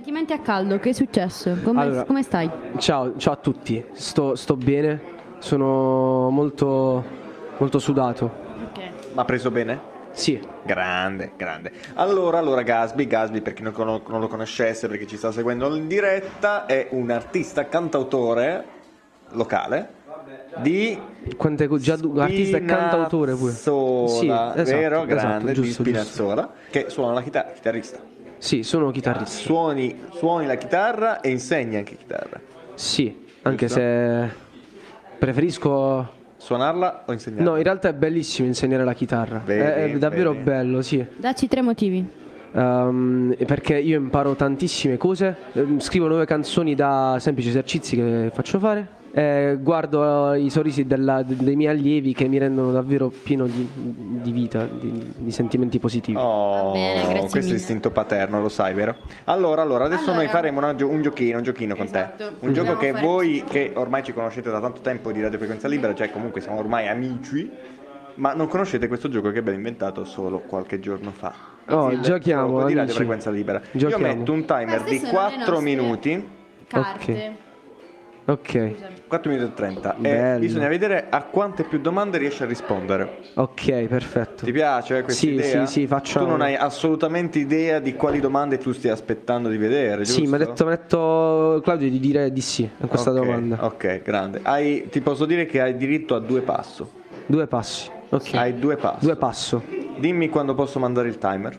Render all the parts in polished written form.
Sentimenti a caldo, che è successo? Come stai? Ciao a tutti, sto bene, sono molto sudato. Ok. Ma preso bene? Sì, Grande. Allora Gasby, per chi non lo conoscesse, perché ci sta seguendo in diretta, è un artista cantautore locale di artista e cantautore pure. Spinazzola, Sì, esatto, vero? Grande, giusto. di Spinazzola, che suona la chitarrista. Sì, sono chitarrista. Suoni la chitarra e insegni anche chitarra. Sì, anche Giusto? se preferisco. Suonarla o insegnarla? No, in realtà è bellissimo insegnare la chitarra. È Vedi, davvero vedi. bello, sì. Dacci 3 motivi. Perché io imparo tantissime cose, scrivo nuove canzoni da semplici esercizi che faccio fare, guardo i sorrisi dei miei allievi che mi rendono davvero pieno di vita, di sentimenti positivi. Oh, Va bene, grazie questo è mille. istinto paterno, lo sai, vero? Allora, adesso noi faremo un giochino con Esatto. te. Un gioco Dobbiamo che fare voi, che ormai ci conoscete da tanto tempo di Radio Frequenza Libera, cioè comunque siamo ormai amici, ma non conoscete questo gioco che abbiamo inventato solo qualche giorno fa. Oh, giochiamo, Gioco di Radio amici. Frequenza Libera. Giochiamo. Io metto un timer di Queste sono le 4 nostre minuti. Carte. Ok, 4 minuti e 30. E Bello. bisogna vedere a quante più domande riesci a rispondere. ok, perfetto. Ti piace questa Sì, idea? sì, facciamo. Tu non hai assolutamente idea di quali domande tu stia aspettando di vedere, giusto? Sì, mi ha detto Claudio di dire di sì a questa Ok, domanda. Ok, grande. Ti posso dire che hai diritto a 2 passo. 2 passi. Ok. Hai 2 passi. 2 passo. Dimmi quando posso mandare il timer.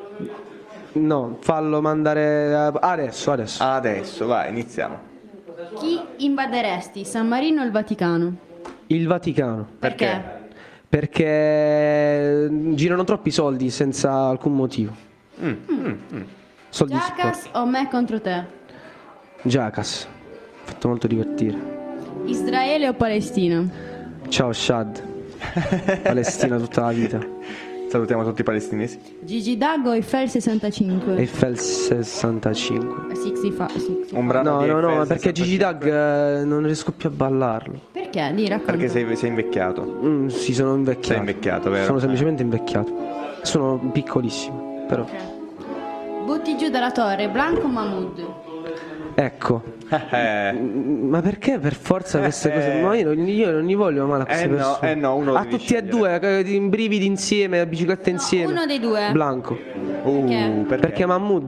No, fallo mandare adesso. Adesso, vai, iniziamo. Chi invaderesti, San Marino o il Vaticano? Il Vaticano. Perché? Perché girano troppi soldi senza alcun motivo. Soldi Jackass sporchi. o me contro te? Jackass. Fatto molto divertire. Israele o Palestina? Ciao Shad. Palestina tutta la vita. Salutiamo tutti i palestinesi. Gigi D'Aggo o Eiffel 65? Eiffel 65. 65. Un brano di No, Eiffel ma perché 65. Gigi Dag non riesco più a ballarlo. Perché? Di racconta. Perché sei invecchiato. Sì, sono invecchiato. Sei invecchiato, vero? Sono semplicemente invecchiato. Sono piccolissimo, però. Butti giù dalla torre, Blanco o Mahmood? Ecco. Ma perché per forza queste cose? Ma io non gli voglio male a queste persone. no, uno a devi tutti e scegliere. due, in brividi insieme, a bicicletta insieme. Uno dei due. Blanco. Perché? Perché Mahmood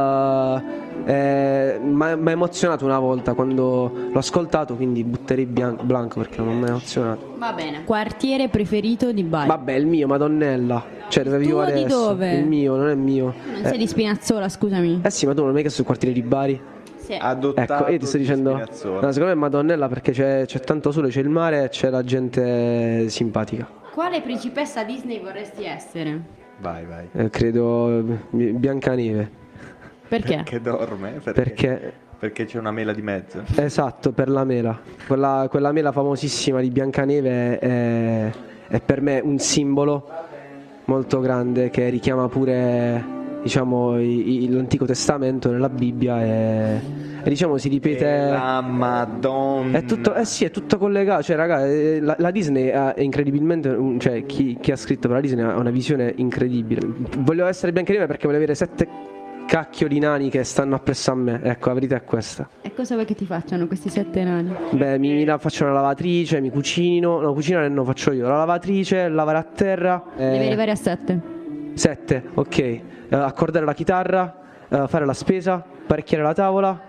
mi ha emozionato una volta quando l'ho ascoltato, quindi butterei Blanco perché non mi ha emozionato. Va bene. Quartiere preferito di Bari? Vabbè, il mio, Madonnella. Cioè, dove vivo tuo di adesso. dove? Il mio, non è mio. Non sei di Spinazzola, scusami. Eh sì, ma tu non hai mai chiesto il quartiere di Bari? Sì. Adottato Ecco, io ti sto di dicendo. Spinazzola. No, secondo me è Madonnella perché c'è tanto sole, c'è il mare e c'è la gente simpatica. Quale principessa Disney vorresti essere? Vai. Credo Biancaneve. Perché? Che dorme? Perché c'è una mela di mezzo. Esatto, per la mela. Quella mela famosissima di Biancaneve è per me un simbolo molto grande che richiama pure, diciamo, l'Antico Testamento nella Bibbia e diciamo si ripete. La Madonna. È tutto, è tutto collegato. Cioè, raga, la Disney è incredibilmente. Cioè, chi ha scritto per la Disney ha una visione incredibile. Volevo essere Biancaneve perché volevo avere 7 cacchio di nani che stanno appresso a me. Ecco, la verità è questa. E cosa vuoi che ti facciano questi 7 nani? Beh, faccio una lavatrice, mi cucino. No, cucinare non faccio io. La lavatrice, lavare a terra. Devi arrivare a 7. 7, ok. Accordare la chitarra, fare la spesa, apparecchiare la tavola,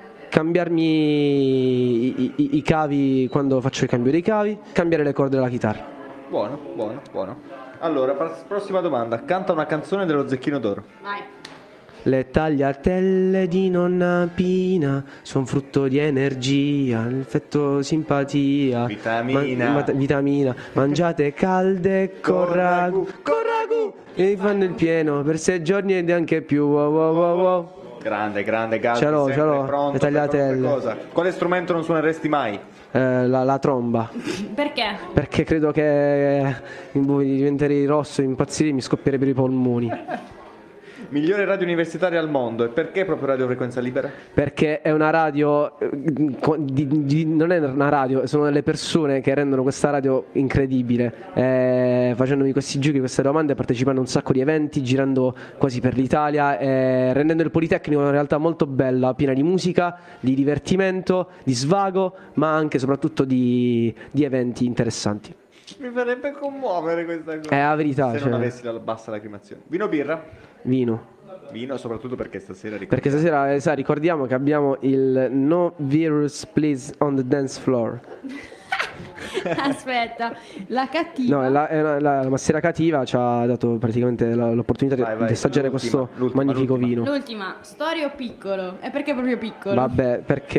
cambiarmi i cavi quando faccio il cambio dei cavi, cambiare le corde della chitarra. Buono. Allora, prossima domanda. Canta una canzone dello Zecchino d'Oro. Vai. Le tagliatelle di nonna Pina son frutto di energia, effetto simpatia, Vitamina. vitamina. Mangiate calde con ragù, e fanno il pieno per 6 giorni ed anche più. Wow. Grande Gasby, Ce l'ho, sempre le pronto per tagliatelle. qualunque cosa. Quale strumento non suoneresti mai? La tromba, Perché? perché credo che diventerei rosso, impazzirei, mi scoppierebbero i polmoni. Migliore radio universitaria al mondo. E perché proprio Radio Frequenza Libera? Perché è una radio, non è una radio, sono delle persone che rendono questa radio incredibile, facendomi questi giochi, queste domande, partecipando a un sacco di eventi, girando quasi per l'Italia, rendendo il Politecnico una realtà molto bella, piena di musica, di divertimento, di svago, ma anche e soprattutto di eventi interessanti. Mi farebbe commuovere questa cosa. È la verità. Se non avessi la bassa lacrimazione. Vino o birra? Vino. Vino, soprattutto perché stasera Perché stasera ricordiamo che abbiamo il No Virus Please on the Dance Floor. Aspetta, la cattiva. No, la mastiera cativa ci ha dato praticamente l'opportunità di assaggiare questo magnifico vino. L'ultima, storia o piccolo? E perché proprio piccolo? Vabbè,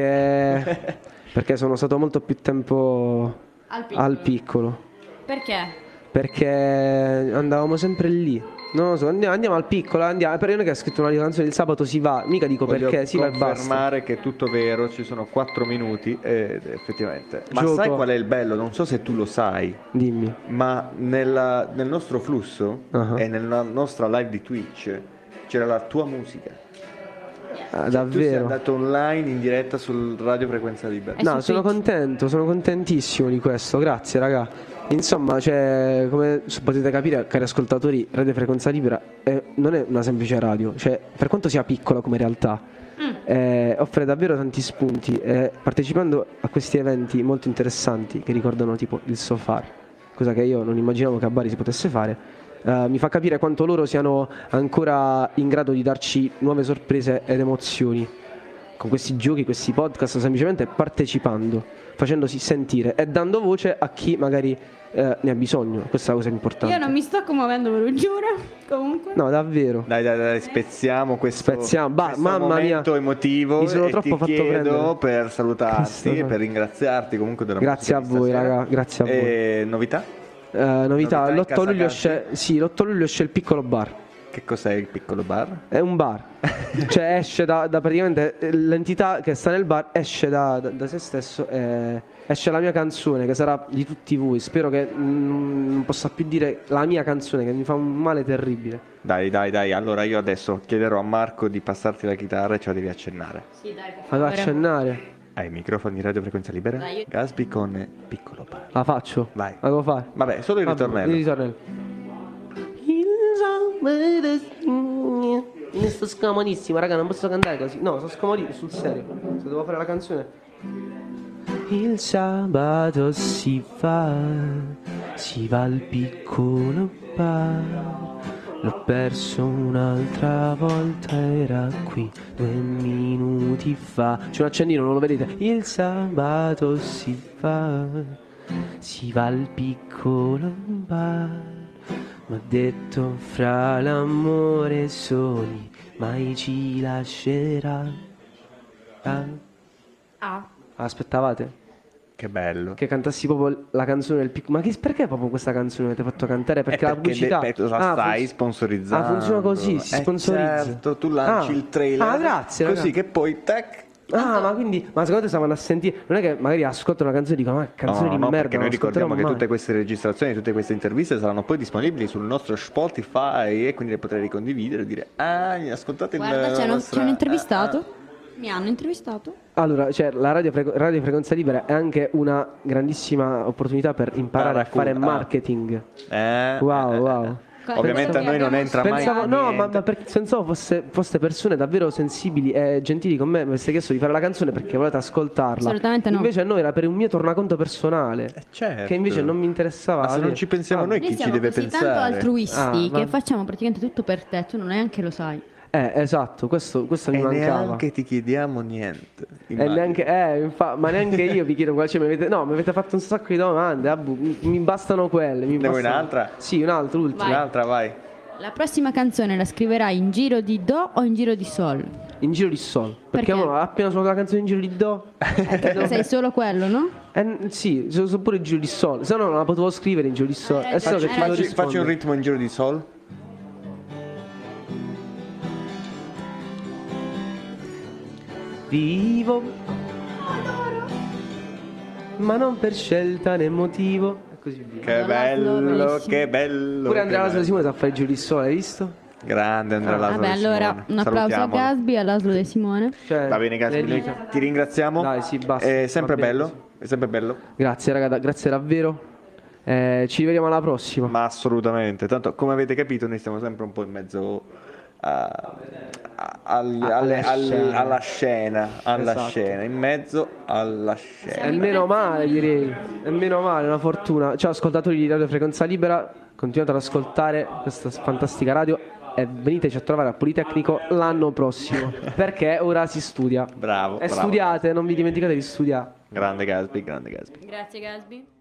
perché sono stato molto più tempo al piccolo. Perché? Perché andavamo sempre lì. Non lo so, andiamo al piccolo, andiamo. Per io che ha scritto una canzone il sabato si va, mica dico perché si va e basta. Voglio confermare che è tutto vero, ci sono 4 minuti ed effettivamente. Ma Gioco. sai qual è il bello? Non so se tu lo sai. Dimmi. Ma nel nostro flusso Uh-huh. e nella nostra live di Twitch c'era la tua musica. Ah, Tu sei davvero? andato online in diretta sul Radio Frequenza Libera. E No, su sono Twitch? contento, sono contentissimo di questo, grazie raga. Insomma, come potete capire, cari ascoltatori, Radio Frequenza Libera non è una semplice radio, cioè per quanto sia piccola come realtà, offre davvero tanti spunti, partecipando a questi eventi molto interessanti che ricordano tipo il Sofar, cosa che io non immaginavo che a Bari si potesse fare. Mi fa capire quanto loro siano ancora in grado di darci nuove sorprese ed emozioni con questi giochi, questi podcast, semplicemente partecipando, facendosi sentire e dando voce a chi magari ne ha bisogno. Questa è la cosa importante. Io non mi sto commuovendo, ve lo giuro. Comunque. No, davvero. Dai, spezziamo questo, questo mamma mia, momento emotivo. mi sono e troppo ti fatto chiedo prendere. per salutarti Questo e no. per ringraziarti comunque della Grazie musica a voi, di stasera. raga, grazie a voi. E novità? Novità, in l'8 Casa luglio Cassi? l'8 luglio esce il piccolo bar. Che cos'è il piccolo bar? È un bar, cioè esce da praticamente l'entità che sta nel bar esce da se stesso e esce la mia canzone che sarà di tutti voi. Spero che non possa più dire la mia canzone che mi fa un male terribile. Dai, allora io adesso chiederò a Marco di passarti la chitarra e ce la devi accennare. Sì, dai, per Vado a favore. accennare, Hai i microfoni di Radio Frequenza Libera? Dai, io- Gasby con piccolo bar. la faccio. Vai. La devo fare. Vabbè, solo il Vabbè, ritornello. il ritornello. Sto scomonissimo, raga, non posso cantare così. No, sono scomodito, sul serio. Se devo fare la canzone. Il sabato si va al piccolo bar. L'ho perso un'altra volta, era qui 2 minuti fa. C'è un accendino, non lo vedete? Il sabato si va al piccolo bar. M'ha detto fra l'amore soli mai ci lascerà. Aspettavate Che bello. che cantassi proprio la canzone del piccolo. Ma perché proprio questa canzone avete fatto cantare? Perché la pubblicità la stai sponsorizzando. funziona così, si sponsorizza. Certo, tu lanci il trailer. Grazie, così raga. che poi tac. Ma secondo te stavano a sentire? Non è che magari ascoltano una canzone e dicono ma canzone di No, merda. perché noi non ricordiamo che ascolterò tutte queste registrazioni, tutte queste interviste saranno poi disponibili sul nostro Spotify e quindi le potrei ricondividere e dire ascoltate Guarda, il ci hanno intervistato. Mi hanno intervistato. Allora, cioè, la radio Frequenza Libera è anche una grandissima opportunità per imparare a fare marketing. Wow. Ovviamente a noi non entra mai Pensavo, no, ma niente. pensavo foste persone davvero sensibili e gentili con me. Mi aveste chiesto di fare la canzone perché volete ascoltarla. Assolutamente no. Invece a noi era per un mio tornaconto personale. Certo. Che invece non mi interessava. Ma se non ci pensiamo noi, Noi chi ci siamo deve così pensare? tanto altruisti che va- facciamo praticamente tutto per te, tu neanche lo sai. Esatto, questo mi E mancava. neanche ti chiediamo niente. E immagino. neanche, ma neanche io vi chiedo cioè, mi avete fatto un sacco di domande. Mi bastano quelle. Ne vuoi un'altra? Sì, un'altra, l'ultima. Vai. Un'altra, vai. La prossima canzone la scriverai in giro di Do o in giro di Sol? In giro di sol. Perché Perché? mo, appena suonato la canzone in giro di do. Sei solo quello, no? Sì, sono pure in giro di sol. Se no non la potevo scrivere in giro di sol. Hai E so che ragione, ti devo Facci un rispondere. ritmo in giro di sol. Vivo. Ma non per scelta né motivo. E così via. Che Laszlo, bello, bellissimo. che bello. Pure che Andrea Laszlo bello. Simone sa fare il giro di sol, hai visto? Grande Andrea Laszlo Vabbè, De allora Simone. un applauso a Salutiamolo. Gasby e a Laszlo De Simone. Cioè, Va bene Gasby, ti ringraziamo. Dai, sì, basta. È sempre Va bene bello, così. è sempre bello. Grazie raga, grazie davvero. Ci vediamo alla prossima. Ma assolutamente, tanto come avete capito noi stiamo sempre un po' in mezzo alla scena, Esatto. in mezzo alla scena. E meno male, direi. E meno male, una fortuna. Ciao ascoltatori di Radio Frequenza Libera, continuate ad ascoltare questa fantastica radio e veniteci a trovare a Politecnico l'anno prossimo, perché ora si studia. Bravo, E bravo. studiate, non vi dimenticate di studiare. Grande Gasby, grande Gasby. Grazie Gasby.